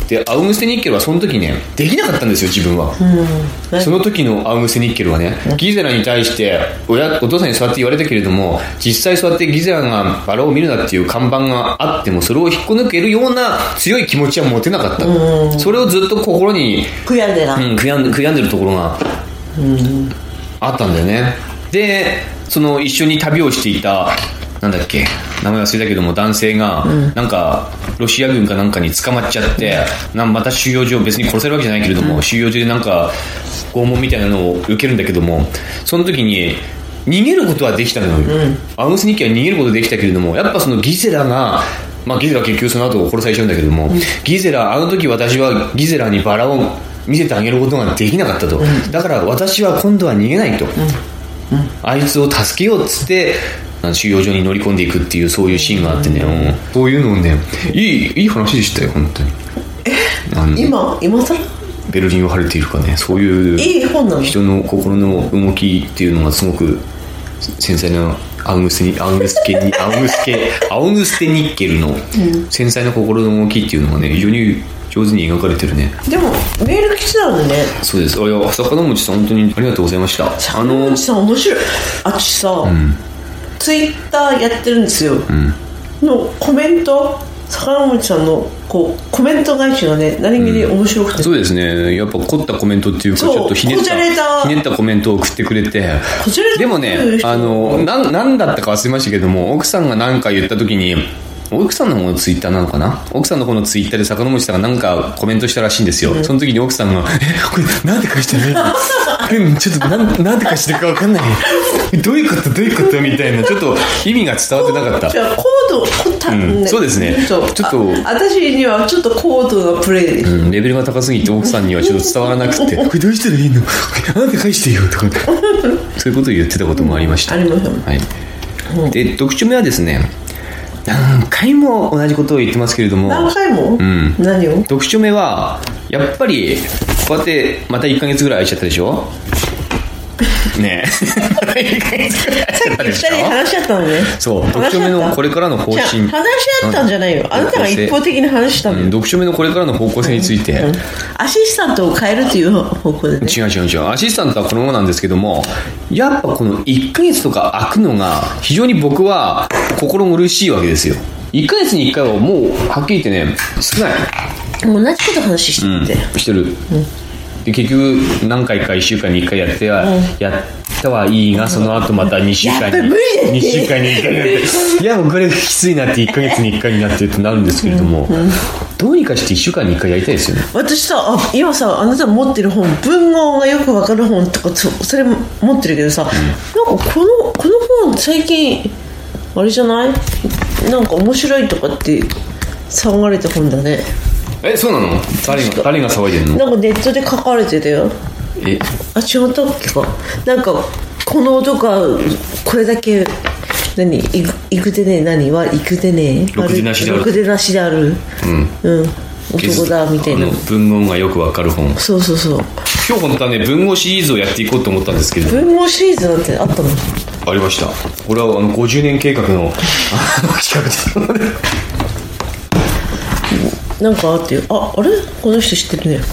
[SPEAKER 1] でアウグステ・ニッケルはその時ねできなかったんですよ自分は、その時のアウグステ・ニッケルはね、ギゼラに対してお父さんにそうやって言われたけれども、実際そうやってギゼラがバラを見るなっていう看板があってもそれを引っこ抜けるような強い気持ちは持てなかった、それをずっと心に
[SPEAKER 2] 悔やんでな、
[SPEAKER 1] 悔やんでるところがあったんだよね。でその一緒に旅をしていたなんだっけ名前忘れたけども男性が、なんかロシア軍かなんかに捕まっちゃって、また収容所、別に殺せるわけじゃないけれども、収容所でなんか拷問みたいなのを受けるんだけども、その時に逃げることはできたのよ、アウグステ・ニッケルは逃げることできたけれども、やっぱそのギゼラが、ギゼラは結局その後殺されちゃうんだけども、ギゼラ、あの時私はギゼラにバラを見せてあげることができなかったと、だから私は今度は逃げないと、あいつを助けようっつって収容所に乗り込んでいくっていう、そういうシーンがあってね、そういうのをね、いい話でしたよ本当に。
[SPEAKER 2] 今更
[SPEAKER 1] ベルリンを晴れているかね、そういう人の心の動きっていうのがすごく繊細なアウグステ・ニッケルの繊細な心の動きっていうのがね、非常に上手に描かれてるね。
[SPEAKER 2] でもメール来てたんでね。
[SPEAKER 1] そうです。坂本さん本当にありがとうございました。
[SPEAKER 2] 坂本さん面白い。私さ、ツイッターやってるんですよ、のコメント、坂本さんのコメント返しがね、何気に面白くて、
[SPEAKER 1] そうですね、やっぱ凝ったコメントっていうか、ちょっとひねったコメントを送ってくれて、でもね、なんだったか忘れましたけども、奥さんが何か言った時に、奥さんの方のツイッターなのかな、奥さんの方のツイッターで坂本さんが何かコメントしたらしいんですよ、その時に奥さんがこれなんで返してないちょっとなんで返してるか分かんないどういうことみたいな、ちょっと意味が伝わってなかった。
[SPEAKER 2] じゃあコード、
[SPEAKER 1] そうですね、ちょっと
[SPEAKER 2] 私にはちょっと高度なプレイです、
[SPEAKER 1] レベルが高すぎて奥さんにはちょっと伝わらなくてこれどうしたらいいのなんで返してよとかそういうことを言ってたこともありました、
[SPEAKER 2] ありました、
[SPEAKER 1] はい。で読書目はですね、何回も同じことを言ってますけれども、
[SPEAKER 2] 何回も、何を
[SPEAKER 1] 読書目はやっぱりこうやってまた1ヶ月ぐらい空いちゃったでしょねえ
[SPEAKER 2] さっき2人で話し合ったのね。
[SPEAKER 1] そう、読書目のこれからの方針、話し
[SPEAKER 2] 合ったんじゃないよ、あなたが一方的に話したのよ、
[SPEAKER 1] 読書目のこれからの方向性について、
[SPEAKER 2] アシスタントを変えるという方向でね。
[SPEAKER 1] 違う、アシスタントはこのままなんですけども、やっぱこの1ヶ月とか空くのが非常に僕は心苦しいわけですよ。1ヶ月に1回はもうはっきり言ってね、少ない。
[SPEAKER 2] 同じこと話してて、
[SPEAKER 1] してる、で結局何回か1週間に1回やったはいいが、その後また2週間に1回になっていやもうこれきついなって1ヶ月に1回になってってなるんですけれども、どうにかして1週間に1回やりたいですよね。
[SPEAKER 2] 私さ、今さ、あなた持ってる本、文豪がよくわかる本とか、それ持ってるけどさ、なんかこの本最近あれじゃない、なんか面白いとかって騒がれた本だね。
[SPEAKER 1] そうなの？誰が騒いでるの？
[SPEAKER 2] なんかネットで書かれてたよ。違ったっけか。なんかこの男がこれだけいくでね、いくでね、
[SPEAKER 1] ろくでなしである、
[SPEAKER 2] 男だみたいな。
[SPEAKER 1] 文豪がよくわかる本。
[SPEAKER 2] そう。
[SPEAKER 1] 今日本当はね、文豪シリーズをやっていこうと思ったんですけど。
[SPEAKER 2] 文豪シリーズなんてあったの？
[SPEAKER 1] ありました。これは50年計画の企画です。
[SPEAKER 2] なんかあって、あれこの人知ってるね。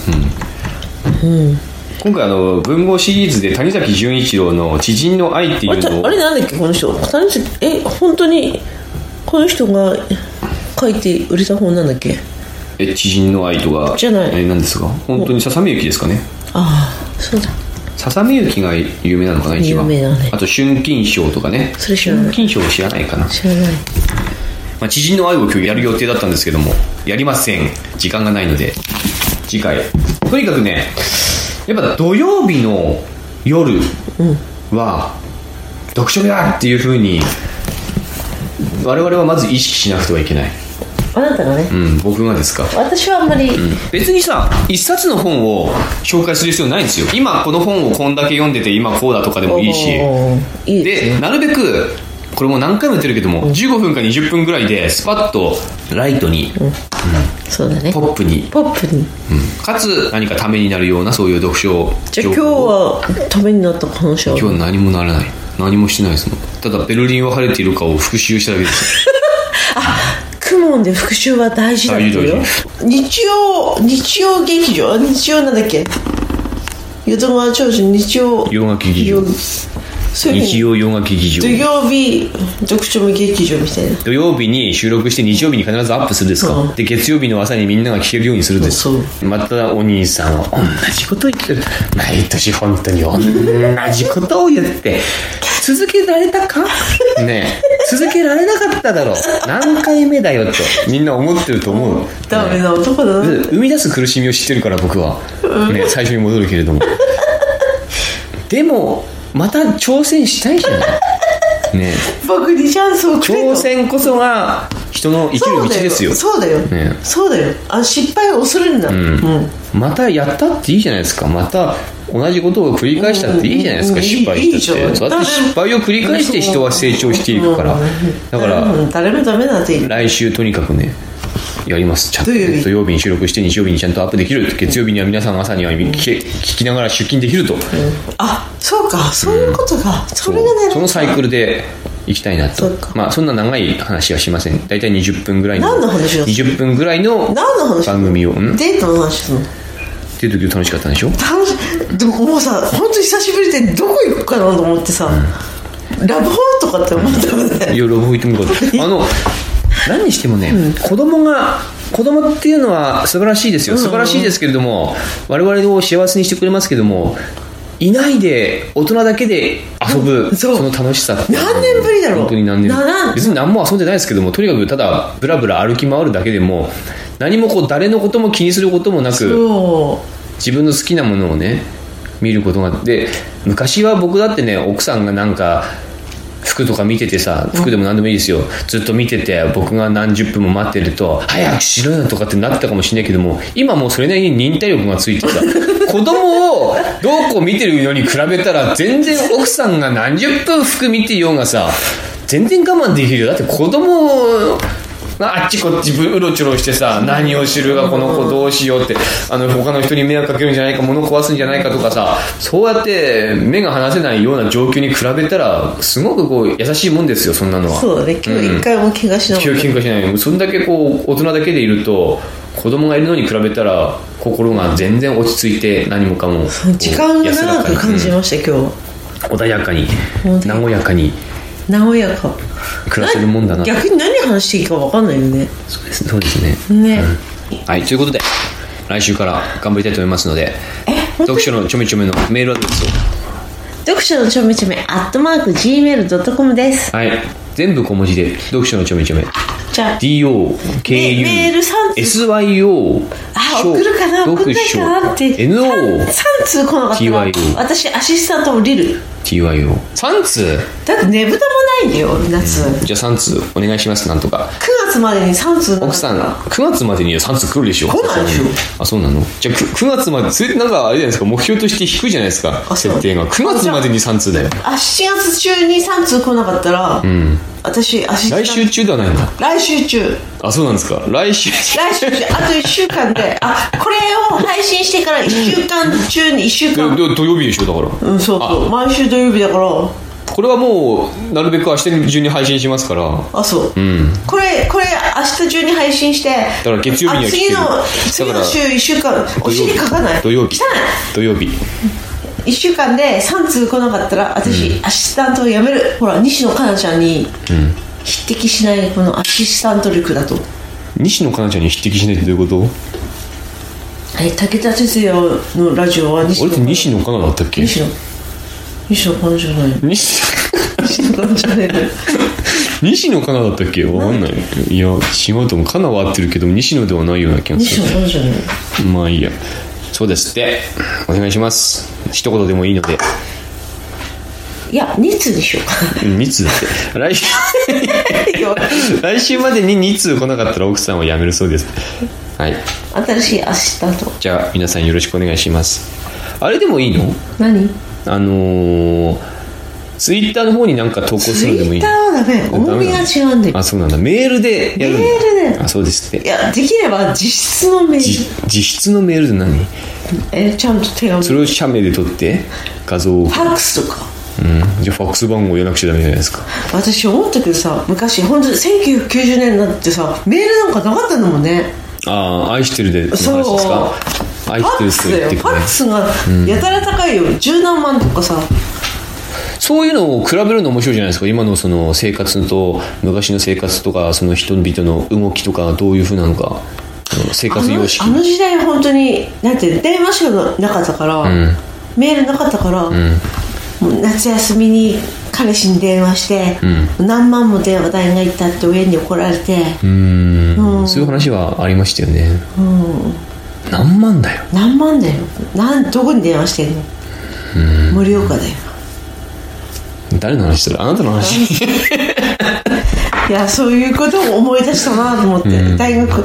[SPEAKER 1] 今回文豪シリーズで谷崎潤一郎の知人の愛っていうのを、
[SPEAKER 2] あれなんだっけこの人、本当にこの人が書いて売れた本なんだっけ？
[SPEAKER 1] 知人の愛とか
[SPEAKER 2] じゃない、
[SPEAKER 1] 何ですか？本当に笹目由紀ですかね。
[SPEAKER 2] そうだ、
[SPEAKER 1] 笹目由紀が有名なのかな、一番。
[SPEAKER 2] 有名だね。
[SPEAKER 1] あと春金賞とかね。
[SPEAKER 2] それ知らない。
[SPEAKER 1] 春金賞知らないかな。
[SPEAKER 2] 知らない。
[SPEAKER 1] 知人の愛を今日やる予定だったんですけども、やりません。時間がないので次回。とにかくね、やっぱ土曜日の夜は読書部だっていう風に我々はまず意識しなくてはいけない。
[SPEAKER 2] あなたがね、
[SPEAKER 1] 僕がですか。
[SPEAKER 2] 私はあんまり、
[SPEAKER 1] 別にさ、一冊の本を紹介する必要ないんですよ。今この本をこんだけ読んでて今こうだとかでもいいし、でなるべくこれも何回も言ってるけども、15分か20分ぐらいでスパッとライトに、
[SPEAKER 2] そうだね、
[SPEAKER 1] ポップに、かつ何かためになるようなそういう読書。
[SPEAKER 2] じゃあ今日はためになった話は？
[SPEAKER 1] 今日は何もならない。何もしてないですもん。ただベルリンは晴れているかを復習しただけです。
[SPEAKER 2] 熊もんで復習は大事だってよ。日曜劇場、日曜なんだっけ、淀川長寿日曜
[SPEAKER 1] 洋楽劇場、日曜洋楽劇場、
[SPEAKER 2] 土曜日読書も劇場みたいな。
[SPEAKER 1] 土曜日に収録して日曜日に必ずアップするんですか、
[SPEAKER 2] うん、
[SPEAKER 1] で月曜日の朝にみんなが聞けるようにするんです。
[SPEAKER 2] そう
[SPEAKER 1] またお兄さんは同じこと言ってる。毎年本当に同じことを言って続けられたかねえ、続けられなかっただろう、何回目だよとみんな思ってると思う。
[SPEAKER 2] ダメな男だな、
[SPEAKER 1] 生み出す苦しみを知ってるから僕は、ね、最初に戻るけれどもでもまた挑戦したいじゃないね、
[SPEAKER 2] 僕にチャンスをくれと。
[SPEAKER 1] 挑戦こそが人の生きる道ですよ。
[SPEAKER 2] そうだよ、
[SPEAKER 1] ね、
[SPEAKER 2] そうだよ。失敗を恐れるんだ、
[SPEAKER 1] またやったっていいじゃないですか。また同じことを繰り返したっていいじゃないですか、失敗したって。そうやって失敗を繰り返して人は成長していくから、だから
[SPEAKER 2] 誰もダメだって
[SPEAKER 1] 来週とにかくねやります。ちゃんと土曜日に収録して日曜日にちゃんとアップできる、月曜日には皆さん朝には聞きながら出勤できると、
[SPEAKER 2] あ、そうか、そういうことか、それがね、
[SPEAKER 1] そのサイクルでいきたいなと。まあそんな長い話はしません。だいたい20分ぐらいの、
[SPEAKER 2] 何の話だ、
[SPEAKER 1] 20分ぐらいの番組を、
[SPEAKER 2] デートの話するの。
[SPEAKER 1] デート今日楽しかったんでしょ。
[SPEAKER 2] でももうさ、本当に久しぶりでどこ行くかなと思ってさ、ラブホとかって思ったもんね。
[SPEAKER 1] いやラブホ行ってもよかった何にしてもね、子供っていうのは素晴らしいですよ、素晴らしいですけれども、我々を幸せにしてくれますけども、いないで大人だけで遊ぶ、その楽しさって
[SPEAKER 2] 何年ぶりだろう。
[SPEAKER 1] 本当に何年ぶり。別に何も遊んでないですけども、とにかくただブラブラ歩き回るだけでも、何もこう誰のことも気にすることもなく、自分の好きなものをね見ることがあって、昔は僕だってね、奥さんがなんか服とか見ててさ、服でも何でもいいですよ、ずっと見てて僕が何十分も待ってると早くしろよとかってなったかもしれないけども、今もうそれなりに忍耐力がついてさ子供をどうこう見てるのに比べたら全然奥さんが何十分服見てようがさ全然我慢できるよ。だって子供あっちこっちうろちょろしてさ、何を知るがこの子どうしようって、他の人に迷惑かけるんじゃないか、物壊すんじゃないかとかさ、そうやって目が離せないような状況に比べたらすごくこう優しいもんですよ、そんなのは。
[SPEAKER 2] そうだね、今日一回も怪我しない、
[SPEAKER 1] 今日喧嘩しない。そんだけこう大人だけでいると、子供がいるのに比べたら心が全然落ち着いて、何もかも
[SPEAKER 2] 時間が長く感じました、今日
[SPEAKER 1] 穏やかに和やかに暮らせるもんだな。
[SPEAKER 2] 逆に何話していいか分かんないよね。
[SPEAKER 1] そうですね、はい、ということで来週から頑張りたいと思いますので、読書のちょめちょめのメールアドレスを、
[SPEAKER 2] 読書のちょめちょめ@gmail.com です。
[SPEAKER 1] はい、全部小文字で読書のちょめちょめ、
[SPEAKER 2] じゃあ
[SPEAKER 1] DOKU
[SPEAKER 2] メール3通
[SPEAKER 1] SYO
[SPEAKER 2] 送るかな、送んないかなって
[SPEAKER 1] NO
[SPEAKER 2] 3通来なかったら
[SPEAKER 1] TYO
[SPEAKER 2] 私アシスタントもリル
[SPEAKER 1] TYO 3通
[SPEAKER 2] だってねぶたもないんだよ夏、
[SPEAKER 1] じゃあ3通お願いします。なんとか
[SPEAKER 2] 9月までに3通
[SPEAKER 1] 奥さん9月までには3通来るでしょ。
[SPEAKER 2] 来ないでしょ。
[SPEAKER 1] あ、そうなの。じゃあ 9月まで、それなんかあれじゃないですか、目標として低いじゃないですか、設定が。9月までに3通だよ。
[SPEAKER 2] 7月中に3通来なかったら、私アシスタント
[SPEAKER 1] 来週中ではないんだ。
[SPEAKER 2] 来週中。
[SPEAKER 1] あ、そうなんですか。来週中
[SPEAKER 2] あと1週間でこれを配信してから1週間中に1週間
[SPEAKER 1] 土曜日でしょ、だから。
[SPEAKER 2] そうそう、毎週土曜日だから。
[SPEAKER 1] これはもうなるべく明日中に配信しますから。
[SPEAKER 2] そう、これ明日中に配信して、だ
[SPEAKER 1] から月曜日には
[SPEAKER 2] 次の週1週間お尻かかない。
[SPEAKER 1] 土曜日
[SPEAKER 2] 1週間で3通来なかったら私、アシスタントを辞める。ほら西野カナちゃんに匹敵しないこのアシスタント力だと。
[SPEAKER 1] 西野カナちゃんに匹敵しないってどういうこと？
[SPEAKER 2] 武田鉄矢のラジオは
[SPEAKER 1] 俺って西野カナだったっけ？
[SPEAKER 2] 西野カナじゃない。西野カナじゃない
[SPEAKER 1] 西野カナだったっけ？わかんない。いや違うと思う。カナは合ってるけど西野ではないような気がする。
[SPEAKER 2] 西野カナじゃない。
[SPEAKER 1] まあいいや。そうですってお願いします。一言でもいいので。
[SPEAKER 2] いや2通でしょうか。
[SPEAKER 1] 2通って来週までに2通来なかったら奥さんは辞めるそうです。はい、
[SPEAKER 2] 新しいアシスタント。
[SPEAKER 1] じゃあ皆さんよろしくお願いします。あれでもいいの？
[SPEAKER 2] 何？
[SPEAKER 1] ツイッターの方になんか投稿するのでもいいの？
[SPEAKER 2] ツイッターはダメ、重みが違うんで。
[SPEAKER 1] あ、そうなんだ。メールでやるんだ。
[SPEAKER 2] メールで。
[SPEAKER 1] あ、そうですって。
[SPEAKER 2] いや、できれば実質のメール。
[SPEAKER 1] 実質のメールで何？
[SPEAKER 2] ちゃんと手紙。
[SPEAKER 1] それを写メで撮って画像を。
[SPEAKER 2] ファックスとか。
[SPEAKER 1] じゃあファックス番号言わなくちゃダメじゃないですか。
[SPEAKER 2] 私思ったけどさ、昔本当に1990年になってさ、メールなんかなかったのもんね。
[SPEAKER 1] ああ、愛してるでって話ですか。愛してるって言ってくれ。
[SPEAKER 2] ファックスがやたら高いよ、10何万とかさ。
[SPEAKER 1] そういうのを比べるの面白いじゃないですか。今のその生活と昔の生活とか、その人々の動きとかどういう風なのか、生活様式。
[SPEAKER 2] あの時代本当になんて電話しかなかったから、メールなかったから、もう夏休みに彼氏に電話して、何万も電話代がいったって親に怒られて、
[SPEAKER 1] そういう話はありましたよね。何万だよ。
[SPEAKER 2] 何万だよ。どこに電話してんの？盛岡だよ。
[SPEAKER 1] 誰の話してる？あなたの話。
[SPEAKER 2] いや、そういうことを思い出したなと思って、大学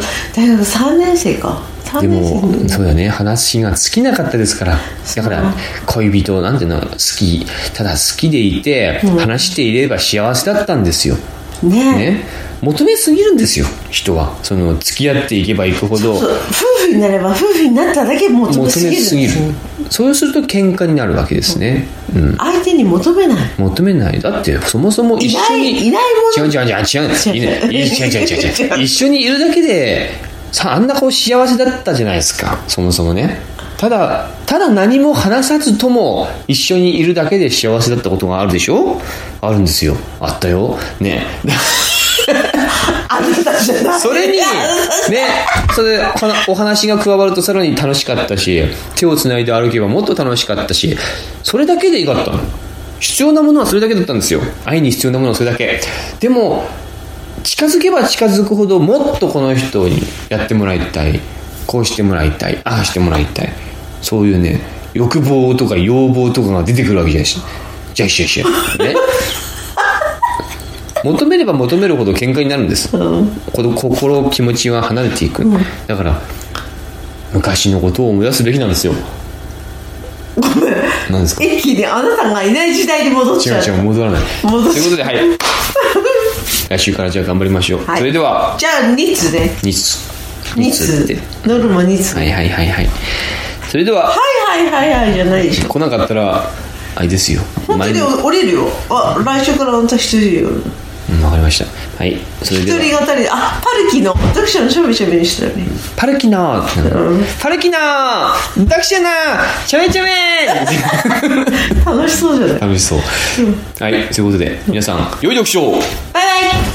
[SPEAKER 2] 3年生か。
[SPEAKER 1] でもそうだね、話が尽きなかったですから。だから恋人なんていうのはただ好きでいて、話していれば幸せだったんですよね。求めすぎるんですよ、人は。その付き合っていけばいくほど、
[SPEAKER 2] 夫婦になれば夫婦になっただけ求めすぎる。
[SPEAKER 1] そうすると喧嘩になるわけですね。
[SPEAKER 2] 相手に求めない。
[SPEAKER 1] だってそもそも一緒に
[SPEAKER 2] いないもの。
[SPEAKER 1] 違う一緒にいるだけでさ、あんな幸せだったじゃないですか、そもそもね。ただ何も話さずとも一緒にいるだけで幸せだったことがあるでしょ。あるんですよ。あったよね。
[SPEAKER 2] あなたじゃない。
[SPEAKER 1] それにね、それでお話が加わるとさらに楽しかったし、手をつないで歩けばもっと楽しかったし、それだけでよかったの。必要なものはそれだけだったんですよ。愛に必要なものはそれだけ。でも近づけば近づくほど、もっとこの人にやってもらいたい、こうしてもらいたい、ああしてもらいたい、そういうね、欲望とか要望とかが出てくるわけじゃないですか。じゃあ一緒ね。求めれば求めるほど喧嘩になるんです。心、気持ちは離れていく。だから昔のことを思い出すべきなんですよ。
[SPEAKER 2] ごめん、
[SPEAKER 1] 何ですか？
[SPEAKER 2] 一気にあなたがいない時代に戻っちゃう。
[SPEAKER 1] 違う戻らない。ということで、はい。来週からじゃあ頑張りましょう。それでは。
[SPEAKER 2] じゃあ2つね。
[SPEAKER 1] 2つ。
[SPEAKER 2] ノルマ2つ。
[SPEAKER 1] はい。それでは。
[SPEAKER 2] はいじゃないでしょ。
[SPEAKER 1] 来なかったらあれですよ。
[SPEAKER 2] 本当に降りるよ。来週からあんた一人よ。
[SPEAKER 1] わかりました。はい。それでは
[SPEAKER 2] 一人語りで、パルキの読者のしゃべしゃべにしたよね。
[SPEAKER 1] パルキの読者のしゃべしゃべ。
[SPEAKER 2] 楽しそうじゃない？
[SPEAKER 1] 楽しそう。はい。ということで皆さん良い読書を。
[SPEAKER 2] バイバイ。